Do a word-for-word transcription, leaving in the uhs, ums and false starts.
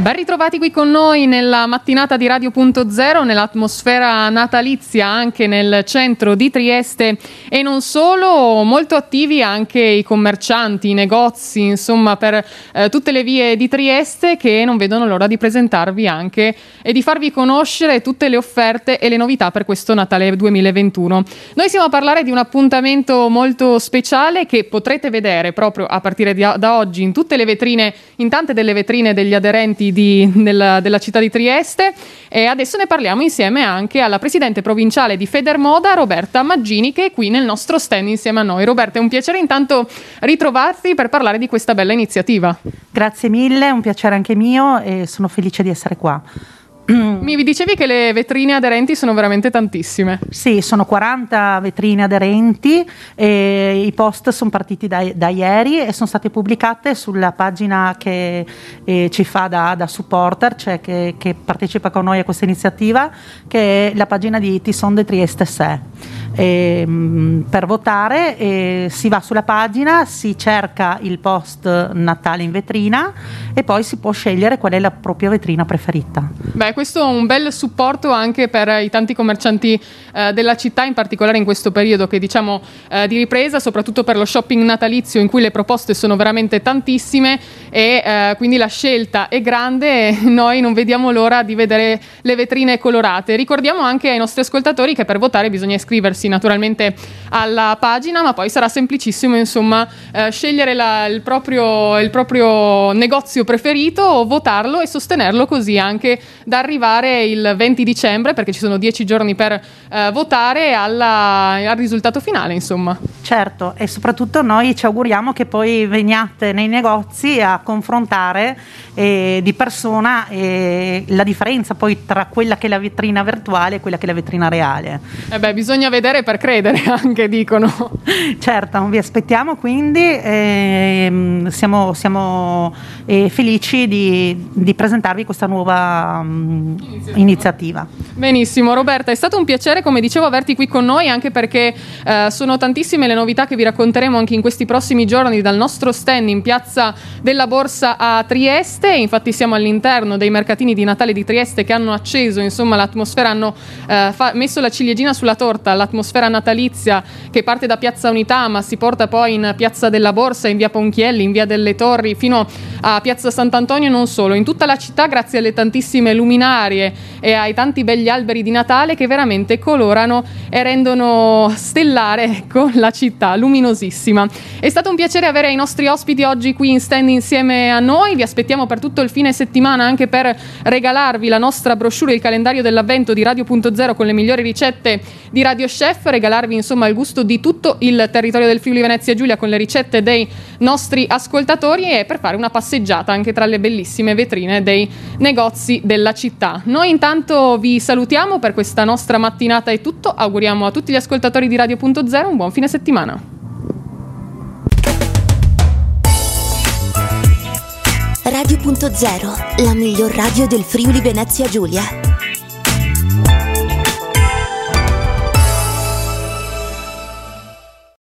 Ben ritrovati qui con noi nella mattinata di Radio Punto Zero, nell'atmosfera natalizia anche nel centro di Trieste e non solo, molto attivi anche i commercianti, i negozi, insomma per eh, tutte le vie di Trieste che non vedono l'ora di presentarvi anche e di farvi conoscere tutte le offerte e le novità per questo Natale duemilaventuno. Noi siamo a parlare di un appuntamento molto speciale che potrete vedere proprio a partire di, da oggi in tutte le vetrine, in tante delle vetrine degli aderenti Di, della, della città di Trieste, e adesso ne parliamo insieme anche alla presidente provinciale di Federmoda, Roberta Maggini, che è qui nel nostro stand insieme a noi. Roberta, è un piacere intanto ritrovarti per parlare di questa bella iniziativa. Grazie mille, è un piacere anche mio e sono felice di essere qua. Mi dicevi che le vetrine aderenti sono veramente tantissime. Sì, sono quaranta vetrine aderenti e i post sono partiti da, da ieri e sono state pubblicate sulla pagina che eh, ci fa da, da supporter, cioè che, che partecipa con noi a questa iniziativa, che è la pagina di Tisson de Trieste sé. E, mh, per votare eh, si va sulla pagina, si cerca il post Natale in vetrina e poi si può scegliere qual è la propria vetrina preferita. Beh, questo è un bel supporto anche per i tanti commercianti eh, della città, in particolare in questo periodo che diciamo eh, di ripresa, soprattutto per lo shopping natalizio in cui le proposte sono veramente tantissime e eh, quindi la scelta è grande e noi non vediamo l'ora di vedere le vetrine colorate. Ricordiamo anche ai nostri ascoltatori che per votare bisogna iscriversi naturalmente alla pagina, ma poi sarà semplicissimo insomma eh, scegliere la, il, proprio, il proprio negozio preferito, votarlo e sostenerlo, così anche da arrivare il venti dicembre, perché ci sono dieci giorni per eh, votare alla, al risultato finale insomma. Certo, e soprattutto noi ci auguriamo che poi veniate nei negozi a confrontare eh, di persona eh, la differenza poi tra quella che è la vetrina virtuale e quella che è la vetrina reale. Eh beh, bisogna vedere per credere anche, dicono. Certo, vi aspettiamo quindi, eh, siamo, siamo eh, felici di, di presentarvi questa nuova um, iniziativa. iniziativa. Benissimo Roberta, è stato un piacere come dicevo averti qui con noi, anche perché eh, sono tantissime le novità che vi racconteremo anche in questi prossimi giorni dal nostro stand in Piazza della Borsa a Trieste. Infatti siamo all'interno dei mercatini di Natale di Trieste che hanno acceso insomma l'atmosfera, hanno eh, fa- messo la ciliegina sulla torta, l'atmosfera natalizia che parte da Piazza Unità ma si porta poi in Piazza della Borsa, in via Ponchielli, in via delle Torri fino a Piazza Sant'Antonio e non solo, in tutta la città, grazie alle tantissime luminarie e ai tanti begli alberi di Natale che veramente colorano e rendono stellare, ecco, la città, luminosissima. È stato un piacere avere i nostri ospiti oggi qui in stand insieme a noi, vi aspettiamo per tutto il fine settimana anche per regalarvi la nostra brochure, il calendario dell'avvento di Radio Punto Zero con le migliori ricette di Radio Chef, regalarvi insomma il gusto di tutto il territorio del Friuli Venezia Giulia con le ricette dei nostri ascoltatori e per fare una passeggiata anche tra le bellissime vetrine dei negozi della città. Noi intanto vi salutiamo per questa nostra mattinata, è tutto, auguriamo a tutti gli ascoltatori di Radio Punto Zero un buon fine settimana. Radio Punto Zero, la miglior radio del Friuli Venezia Giulia.